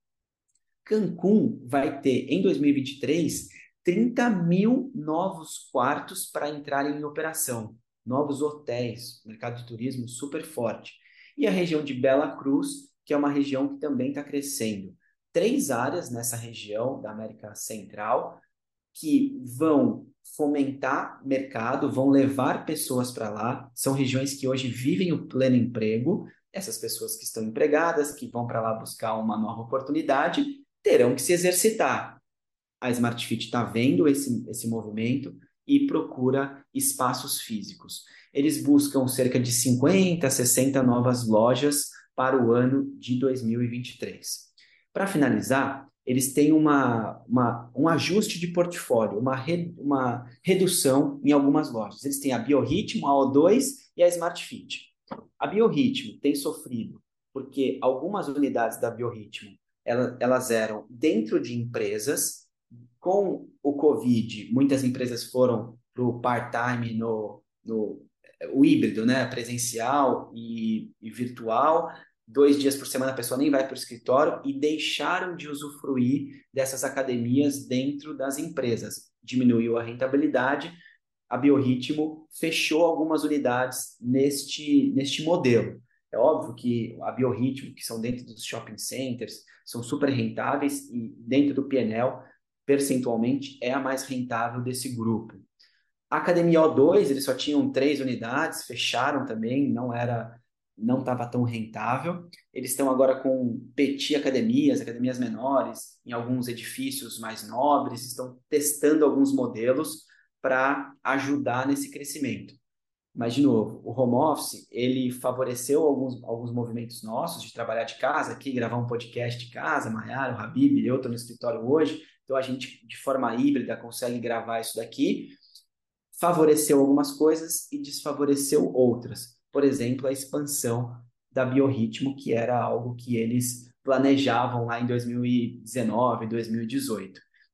Cancún vai ter, em dois mil e vinte e três, trinta mil novos quartos para entrarem em operação, novos hotéis, mercado de turismo super forte. E a região de Bela Cruz, que é uma região que também está crescendo. Três áreas nessa região da América Central que vão fomentar mercado, vão levar pessoas para lá. São regiões que hoje vivem o pleno emprego. Essas pessoas que estão empregadas, que vão para lá buscar uma nova oportunidade, terão que se exercitar. A Smart Fit está vendo esse, esse movimento e procura espaços físicos. Eles buscam cerca de cinquenta, sessenta novas lojas para o ano de dois mil e vinte e três. Para finalizar, eles têm uma, uma, um ajuste de portfólio, uma, re, uma redução em algumas lojas. Eles têm a Biorritmo, a O dois e a Smart Fit. A Biorritmo tem sofrido porque algumas unidades da Biorritmo elas, elas eram dentro de empresas. Com o Covid, muitas empresas foram para o part-time, no, no o híbrido, né? Presencial e, e virtual. Dois dias por semana a pessoa nem vai para o escritório e deixaram de usufruir dessas academias dentro das empresas. Diminuiu a rentabilidade. A Biorritmo fechou algumas unidades neste, neste modelo. É óbvio que a Biorritmo, que são dentro dos shopping centers, são super rentáveis e dentro do P e L, percentualmente, é a mais rentável desse grupo. A Academia O dois, eles só tinham três unidades, fecharam também, não era, não estava tão rentável. Eles estão agora com petit academias, academias menores, em alguns edifícios mais nobres, estão testando alguns modelos para ajudar nesse crescimento. Mas, de novo, o home office, ele favoreceu alguns, alguns movimentos nossos de trabalhar de casa, aqui, gravar um podcast de casa, Maiara, o Habib, eu estou no escritório hoje, então a gente, de forma híbrida, consegue gravar isso daqui. Favoreceu algumas coisas e desfavoreceu outras. Por exemplo, a expansão da Biorritmo, que era algo que eles planejavam lá em dois mil e dezenove, dois mil e dezoito.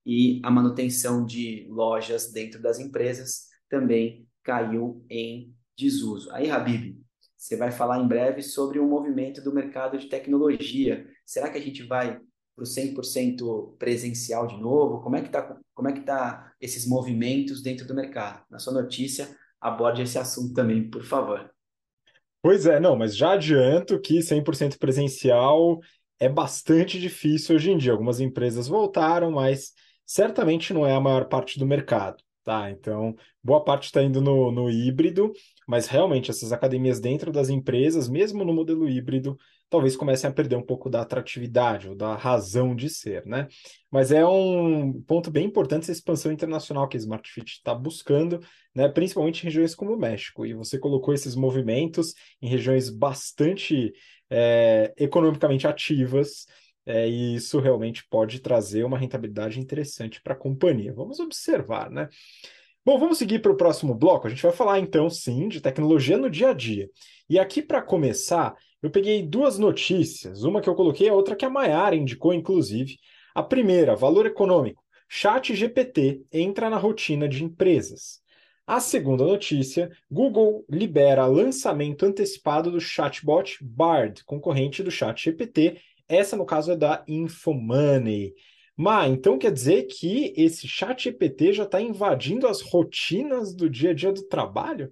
e a manutenção de lojas dentro das empresas também caiu em desuso. Aí, Habib, você vai falar em breve sobre o movimento do mercado de tecnologia. Será que a gente vai para o cem por cento presencial de novo? Como é que está, como é que tá esses movimentos dentro do mercado? Na sua notícia, aborde esse assunto também, por favor. Pois é, não, mas já adianto que cem por cento presencial é bastante difícil hoje em dia. Algumas empresas voltaram, mas certamente não é a maior parte do mercado, tá? Então, boa parte está indo no, no híbrido, mas realmente essas academias dentro das empresas, mesmo no modelo híbrido, talvez comecem a perder um pouco da atratividade ou da razão de ser, né? Mas é um ponto bem importante essa expansão internacional que a Smart Fit está buscando, né? Principalmente em regiões como o México. E você colocou esses movimentos em regiões bastante é, economicamente ativas, é, e isso realmente pode trazer uma rentabilidade interessante para a companhia. Vamos observar, né? Bom, vamos seguir para o próximo bloco. A gente vai falar então, sim, de tecnologia no dia a dia. E aqui, para começar, eu peguei duas notícias, uma que eu coloquei, a outra que a Mayara indicou, inclusive. A primeira, valor econômico. Chat G P T entra na rotina de empresas. A segunda notícia, Google libera lançamento antecipado do chatbot Bard, concorrente do Chat G P T. Essa, no caso, é da Infomoney. Mas então quer dizer que esse chat G P T já está invadindo as rotinas do dia a dia do trabalho?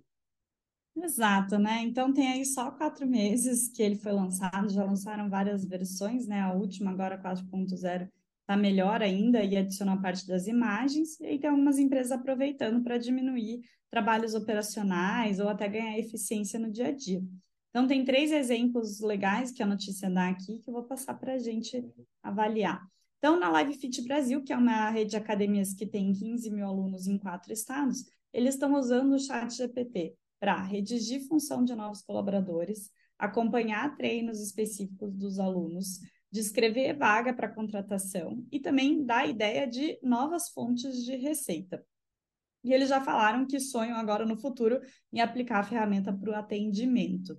Exato, né? Então tem aí só quatro meses que ele foi lançado, já lançaram várias versões, né? A última, agora quatro ponto zero, está melhor ainda e adicionou a parte das imagens, e aí tem algumas empresas aproveitando para diminuir trabalhos operacionais ou até ganhar eficiência no dia a dia. Então tem três exemplos legais que a notícia dá aqui que eu vou passar para a gente avaliar. Então, na Live Fit Brasil, que é uma rede de academias que tem quinze mil alunos em quatro estados, eles estão usando o chat G P T para redigir função de novos colaboradores, acompanhar treinos específicos dos alunos, descrever vaga para contratação e também dar ideia de novas fontes de receita. E eles já falaram que sonham agora no futuro em aplicar a ferramenta para o atendimento.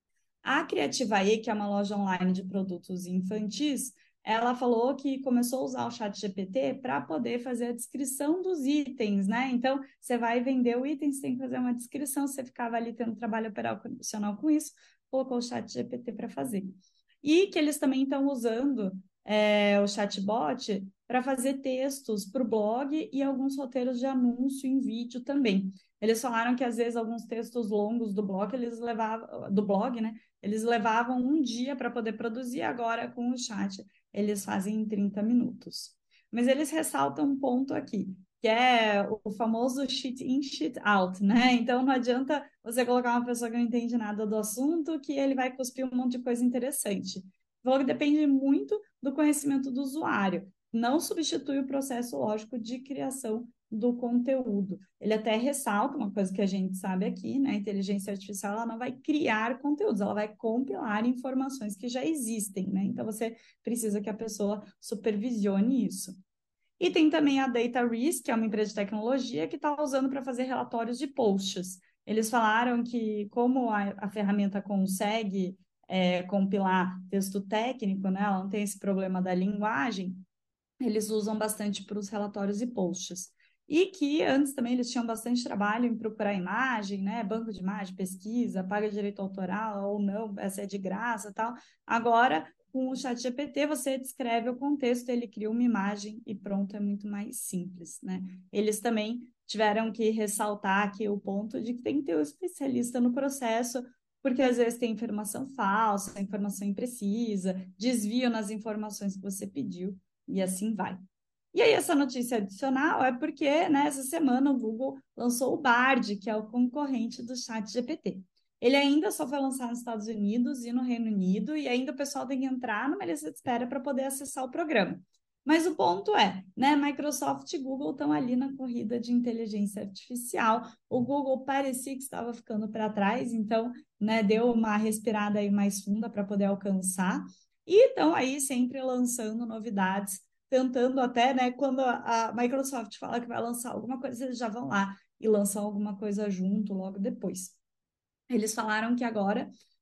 A Criativae, que é uma loja online de produtos infantis, ela falou que começou a usar o chat G P T para poder fazer a descrição dos itens, né? Então, você vai vender o item, você tem que fazer uma descrição, você ficava ali tendo trabalho operacional com isso, colocou o chat G P T para fazer. E que eles também estão usando é, o chatbot para fazer textos para o blog e alguns roteiros de anúncio em vídeo também. Eles falaram que às vezes alguns textos longos do blog eles levavam do blog, né? Eles levavam um dia para poder produzir, agora com o chat eles fazem em trinta minutos. Mas eles ressaltam um ponto aqui, que é o famoso shit in, shit out, né? Então não adianta você colocar uma pessoa que não entende nada do assunto que ele vai cuspir um monte de coisa interessante. Falou que depende muito do conhecimento do usuário. Não substitui o processo lógico de criação do conteúdo. Ele até ressalta uma coisa que a gente sabe aqui, né? A inteligência artificial ela não vai criar conteúdos, ela vai compilar informações que já existem, né? Então você precisa que a pessoa supervisione isso. E tem também a DataRisk, que é uma empresa de tecnologia que está usando para fazer relatórios de posts. Eles falaram que como a, a ferramenta consegue é, compilar texto técnico, né? Ela não tem esse problema da linguagem, eles usam bastante para os relatórios e posts. E que antes também eles tinham bastante trabalho em procurar imagem, né? Banco de imagem, pesquisa, paga direito autoral ou não, essa é de graça tal. Agora, com o chat G P T, você descreve o contexto, ele cria uma imagem e pronto, é muito mais simples, né? Eles também tiveram que ressaltar aqui o ponto de que tem que ter um especialista no processo, porque às vezes tem informação falsa, informação imprecisa, desvio nas informações que você pediu, e assim vai. E aí, essa notícia adicional é porque, né, essa semana o Google lançou o Bard, que é o concorrente do Chat G P T. Ele ainda só foi lançado nos Estados Unidos e no Reino Unido, e ainda o pessoal tem que entrar numa lista de espera para poder acessar o programa. Mas o ponto é, né, Microsoft e Google estão ali na corrida de inteligência artificial. O Google parecia que estava ficando para trás, então, né, deu uma respirada aí mais funda para poder alcançar. E estão aí sempre lançando novidades, tentando até, né, quando a, a Microsoft fala que vai lançar alguma coisa, eles já vão lá e lançam alguma coisa junto logo depois. Eles falaram que agora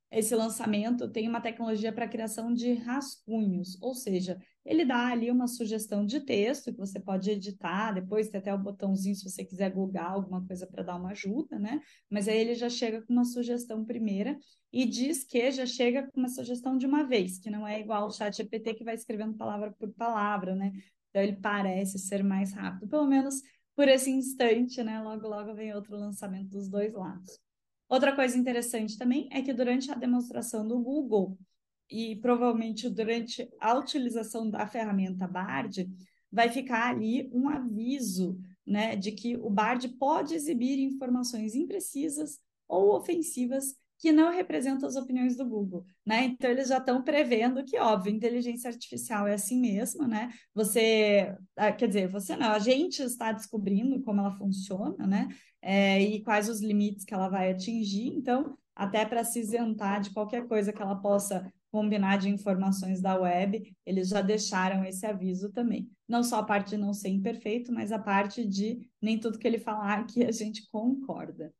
esse lançamento tem uma tecnologia para criação de rascunhos, ou seja, ele dá ali uma sugestão de texto que você pode editar, depois tem até o botãozinho se você quiser googar alguma coisa para dar uma ajuda, né? Mas aí ele já chega com uma sugestão primeira e diz que já chega com uma sugestão de uma vez, que não é igual o chat G P T que vai escrevendo palavra por palavra, né? Então ele parece ser mais rápido, pelo menos por esse instante, né? Logo, logo vem outro lançamento dos dois lados. Outra coisa interessante também é que durante a demonstração do Google e provavelmente durante a utilização da ferramenta Bard, vai ficar ali um aviso, né, de que o Bard pode exibir informações imprecisas ou ofensivas que não representam as opiniões do Google, né? Então eles já estão prevendo que, óbvio, inteligência artificial é assim mesmo, né? Você, quer dizer, você não, a gente está descobrindo como ela funciona, né? É, e quais os limites que ela vai atingir. Então, até para se isentar de qualquer coisa que ela possa combinar de informações da web, eles já deixaram esse aviso também. Não só a parte de não ser imperfeito, mas a parte de nem tudo que ele falar que a gente concorda.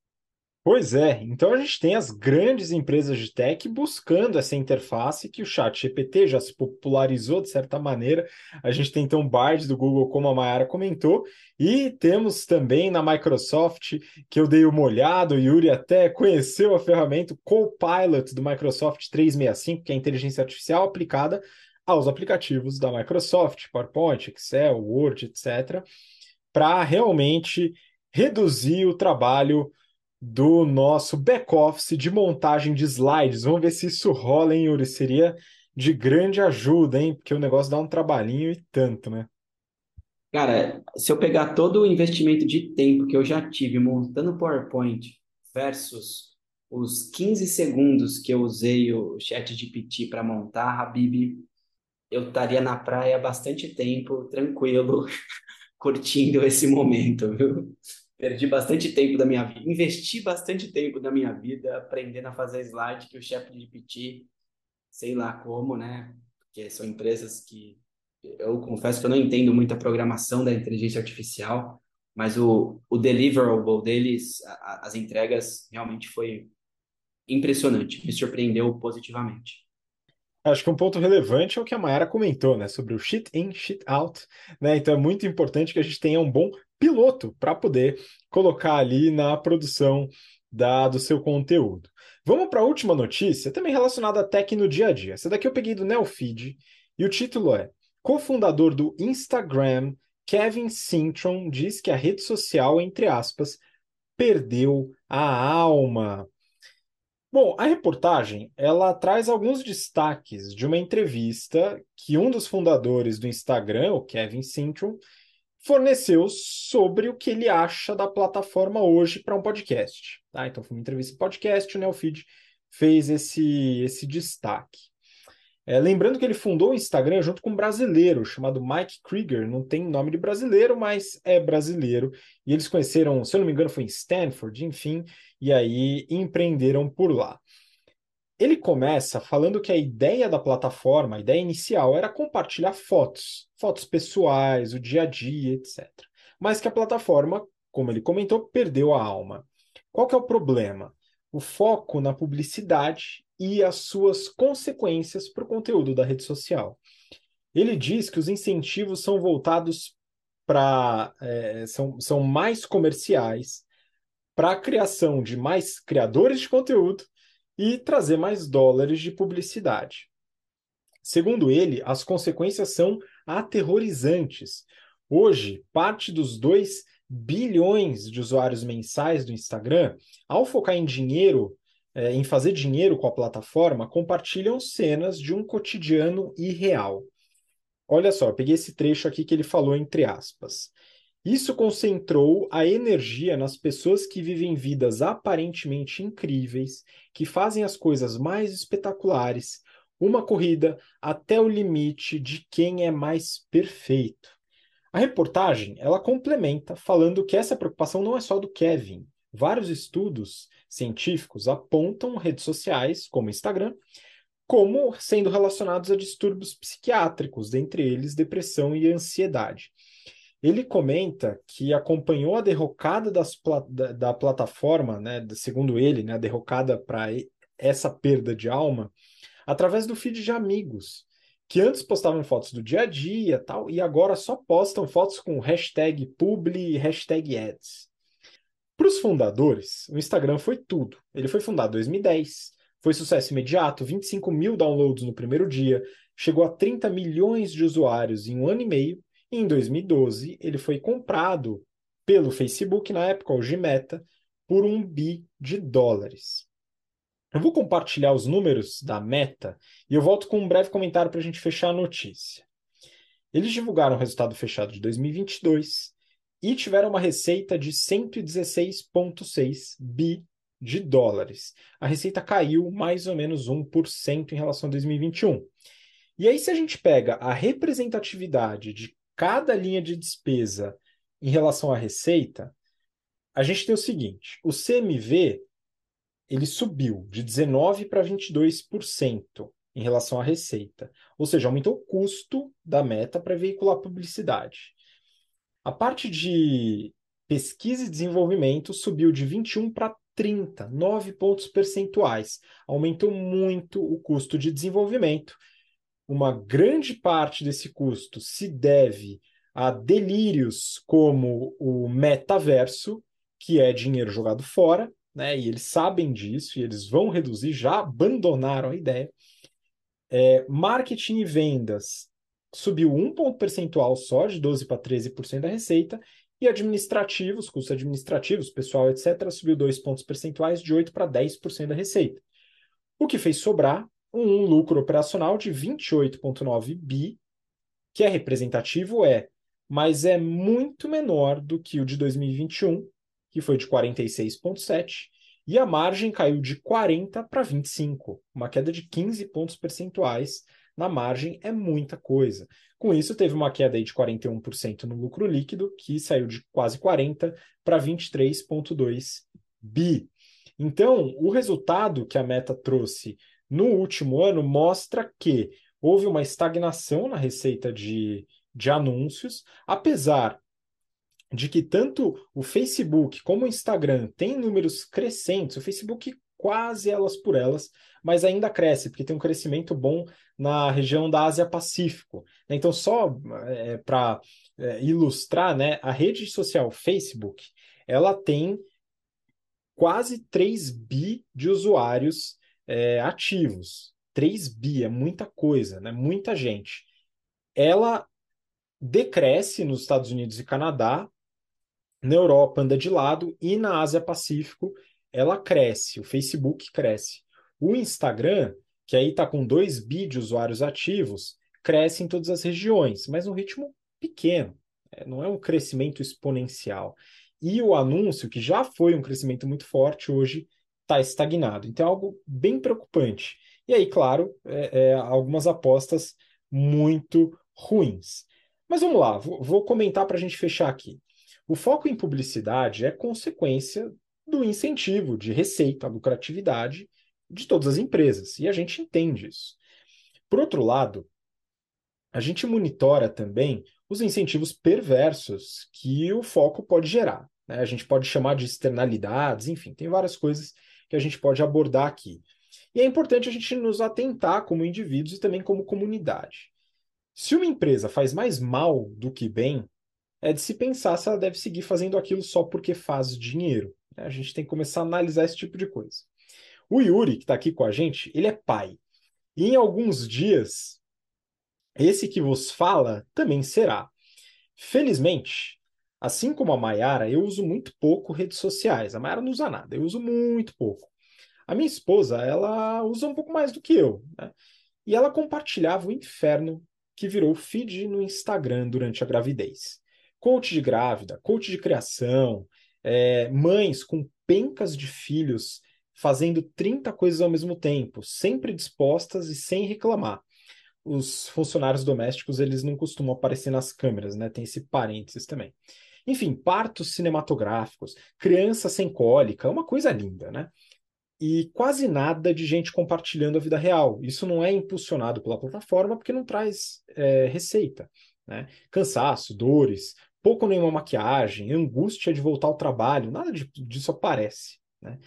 Pois é, então a gente tem as grandes empresas de tech buscando essa interface que o chat G P T já se popularizou de certa maneira. A gente tem então o Bard do Google, como a Mayara comentou, e temos também na Microsoft, que eu dei uma olhada, o Yuri até conheceu a ferramenta o Copilot do Microsoft trezentos e sessenta e cinco, que é a inteligência artificial aplicada aos aplicativos da Microsoft, PowerPoint, Excel, Word, etcétera, para realmente reduzir o trabalho do nosso back-office de montagem de slides. Vamos ver se isso rola, hein, Yuri? Seria de grande ajuda, hein? Porque o negócio dá um trabalhinho e tanto, né? Cara, se eu pegar todo o investimento de tempo que eu já tive montando PowerPoint versus os quinze segundos que eu usei o chat G P T para montar, Habib, eu estaria na praia há bastante tempo, tranquilo, curtindo esse momento, viu? Perdi bastante tempo da minha vida, investi bastante tempo da minha vida aprendendo a fazer slide que o chat G P T, sei lá como, né? Porque são empresas que eu confesso que eu não entendo muito a programação da inteligência artificial, mas o, o deliverable deles, a, a, as entregas, realmente foi impressionante, me surpreendeu positivamente. Acho que um ponto relevante é o que a Mayara comentou, né? Sobre o shit in, shit out, né? Então é muito importante que a gente tenha um bom piloto para poder colocar ali na produção da, do seu conteúdo. Vamos para a última notícia, também relacionada a tech no dia a dia. Essa daqui eu peguei do Neofeed e o título é: cofundador do Instagram, Kevin Syntron, diz que a rede social, entre aspas, perdeu a alma. Bom, a reportagem, ela traz alguns destaques de uma entrevista que um dos fundadores do Instagram, o Kevin Syntron, forneceu sobre o que ele acha da plataforma hoje para um podcast. Tá? Então foi uma entrevista em podcast, o Neofeed fez esse, esse destaque. É, lembrando que ele fundou o Instagram junto com um brasileiro chamado Mike Krieger, não tem nome de brasileiro, mas é brasileiro. E eles conheceram, se eu não me engano, foi em Stanford, enfim, e aí empreenderam por lá. Ele começa falando que a ideia da plataforma, a ideia inicial, era compartilhar fotos, fotos pessoais, o dia a dia, etcétera. Mas que a plataforma, como ele comentou, perdeu a alma. Qual que é o problema? O foco na publicidade e as suas consequências para o conteúdo da rede social. Ele diz que os incentivos são voltados para é, são, são mais comerciais, para a criação de mais criadores de conteúdo e trazer mais dólares de publicidade. Segundo ele, as consequências são aterrorizantes. Hoje, parte dos dois bilhões de usuários mensais do Instagram, ao focar em dinheiro, é, em fazer dinheiro com a plataforma, compartilham cenas de um cotidiano irreal. Olha só, eu peguei esse trecho aqui que ele falou entre aspas. Isso concentrou a energia nas pessoas que vivem vidas aparentemente incríveis, que fazem as coisas mais espetaculares, uma corrida até o limite de quem é mais perfeito. A reportagem, ela complementa falando que essa preocupação não é só do Kevin. Vários estudos científicos apontam redes sociais, como o Instagram, como sendo relacionados a distúrbios psiquiátricos, dentre eles depressão e ansiedade. Ele comenta que acompanhou a derrocada das, da, da plataforma, né, segundo ele, né, a derrocada para essa perda de alma através do feed de amigos, que antes postavam fotos do dia a dia tal, e agora só postam fotos com hashtag publi e hashtag ads. Para os fundadores, o Instagram foi tudo. Ele foi fundado em dois mil e dez, foi sucesso imediato, vinte e cinco mil downloads no primeiro dia, chegou a trinta milhões de usuários em um ano e meio, e em dois mil e doze ele foi comprado pelo Facebook, na época, hoje Meta, por um bi de dólares. Eu vou compartilhar os números da Meta e eu volto com um breve comentário para a gente fechar a notícia. Eles divulgaram o resultado fechado de dois mil e vinte e dois e tiveram uma receita de cento e dezesseis vírgula seis bi de dólares. A receita caiu mais ou menos um por cento em relação a dois mil e vinte e um. E aí, se a gente pega a representatividade de cada linha de despesa em relação à receita, a gente tem o seguinte: o C M V ele subiu de dezenove por cento para vinte e dois por cento em relação à receita. Ou seja, aumentou o custo da Meta para veicular publicidade. A parte de pesquisa e desenvolvimento subiu de vinte e um para trinta, nove pontos percentuais. Aumentou muito o custo de desenvolvimento. Uma grande parte desse custo se deve a delírios como o metaverso, que é dinheiro jogado fora, né? E eles sabem disso e eles vão reduzir, já abandonaram a ideia. É, marketing e vendas subiu um ponto percentual só, de doze para treze por cento da receita, e administrativos, custos administrativos, pessoal, etcétera, subiu dois pontos percentuais, de oito para dez por cento da receita. O que fez sobrar um lucro operacional de vinte e oito vírgula nove bi, que é representativo, é, mas é muito menor do que o de dois mil e vinte e um, que foi de quarenta e seis vírgula sete, e a margem caiu de quarenta para vinte e cinco, uma queda de quinze pontos percentuais na margem é muita coisa. Com isso, teve uma queda aí de quarenta e um por cento no lucro líquido, que saiu de quase quarenta para vinte e três vírgula dois bi. Então, o resultado que a Meta trouxe no último ano mostra que houve uma estagnação na receita de, de anúncios, apesar de que tanto o Facebook como o Instagram têm números crescentes, o Facebook quase elas por elas, mas ainda cresce, porque tem um crescimento bom na região da Ásia-Pacífico. Então, só é, para é, ilustrar, né, a rede social Facebook, ela tem quase três bi de usuários é, ativos. três bi é muita coisa, né? Muita gente. Ela decresce nos Estados Unidos e Canadá, na Europa anda de lado e na Ásia-Pacífico ela cresce, o Facebook cresce. O Instagram, que aí está com dois bi de usuários ativos, cresce em todas as regiões, mas num ritmo pequeno, não é um crescimento exponencial. E o anúncio, que já foi um crescimento muito forte, hoje está estagnado. Então é algo bem preocupante. E aí, claro, é, é, algumas apostas muito ruins. Mas vamos lá, vou, vou comentar para a gente fechar aqui. O foco em publicidade é consequência do incentivo de receita, lucratividade de todas as empresas, e a gente entende isso. Por outro lado, a gente monitora também os incentivos perversos que o foco pode gerar, né? A gente pode chamar de externalidades, enfim, tem várias coisas que a gente pode abordar aqui. E é importante a gente nos atentar como indivíduos e também como comunidade. Se uma empresa faz mais mal do que bem, é de se pensar se ela deve seguir fazendo aquilo só porque faz dinheiro. A gente tem que começar a analisar esse tipo de coisa. O Yuri, que está aqui com a gente, ele é pai. E em alguns dias, esse que vos fala também será. Felizmente, assim como a Maiara, eu uso muito pouco redes sociais. A Maiara não usa nada, eu uso muito pouco. A minha esposa, ela usa um pouco mais do que eu, né? E ela compartilhava o inferno que virou feed no Instagram durante a gravidez. Coach de grávida, coach de criação, é, mães com pencas de filhos fazendo trinta coisas ao mesmo tempo, sempre dispostas e sem reclamar. Os funcionários domésticos, eles não costumam aparecer nas câmeras, né? Tem esse parênteses também. Enfim, partos cinematográficos, criança sem cólica, uma coisa linda, né? E quase nada de gente compartilhando a vida real. Isso não é impulsionado pela plataforma porque não traz é, receita, né? Cansaço, dores, pouco ou nenhuma maquiagem, angústia de voltar ao trabalho, nada de, disso aparece, né?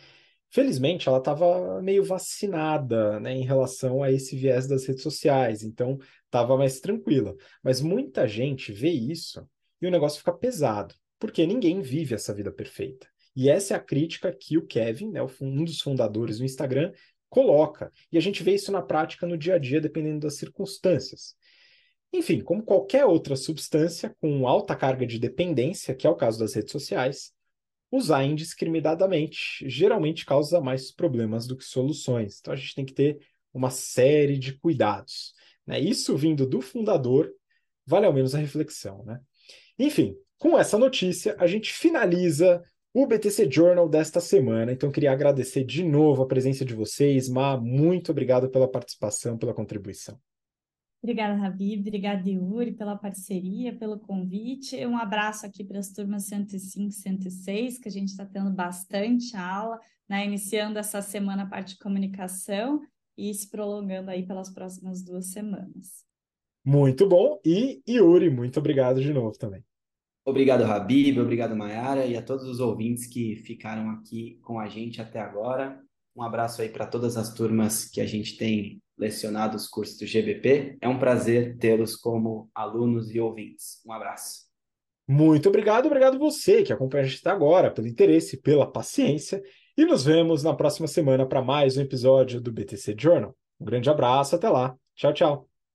Felizmente, ela estava meio vacinada, né, em relação a esse viés das redes sociais, então estava mais tranquila. Mas muita gente vê isso e o negócio fica pesado, porque ninguém vive essa vida perfeita. E essa é a crítica que o Kevin, né, um dos fundadores do Instagram, coloca. E a gente vê isso na prática no dia a dia, dependendo das circunstâncias. Enfim, como qualquer outra substância com alta carga de dependência, que é o caso das redes sociais, usar indiscriminadamente geralmente causa mais problemas do que soluções. Então a gente tem que ter uma série de cuidados, né? Isso vindo do fundador, vale ao menos a reflexão, né? Enfim, com essa notícia, a gente finaliza o B T C Journal desta semana. Então, eu queria agradecer de novo a presença de vocês. Ma, muito obrigado pela participação, pela contribuição. Obrigada, Rabi. Obrigada, Yuri, pela parceria, pelo convite. Um abraço aqui para as turmas cento e cinco e cento e seis, que a gente está tendo bastante aula, né? Iniciando essa semana a parte de comunicação e se prolongando aí pelas próximas duas semanas. Muito bom. E Yuri, muito obrigado de novo também. Obrigado, Habib, obrigado, Mayara, e a todos os ouvintes que ficaram aqui com a gente até agora. Um abraço aí para todas as turmas que a gente tem lecionado os cursos do G B P. É um prazer tê-los como alunos e ouvintes. Um abraço. Muito obrigado, obrigado você que acompanha a gente até agora, pelo interesse, pela paciência, e nos vemos na próxima semana para mais um episódio do B T C Journal. Um grande abraço, até lá. Tchau, tchau.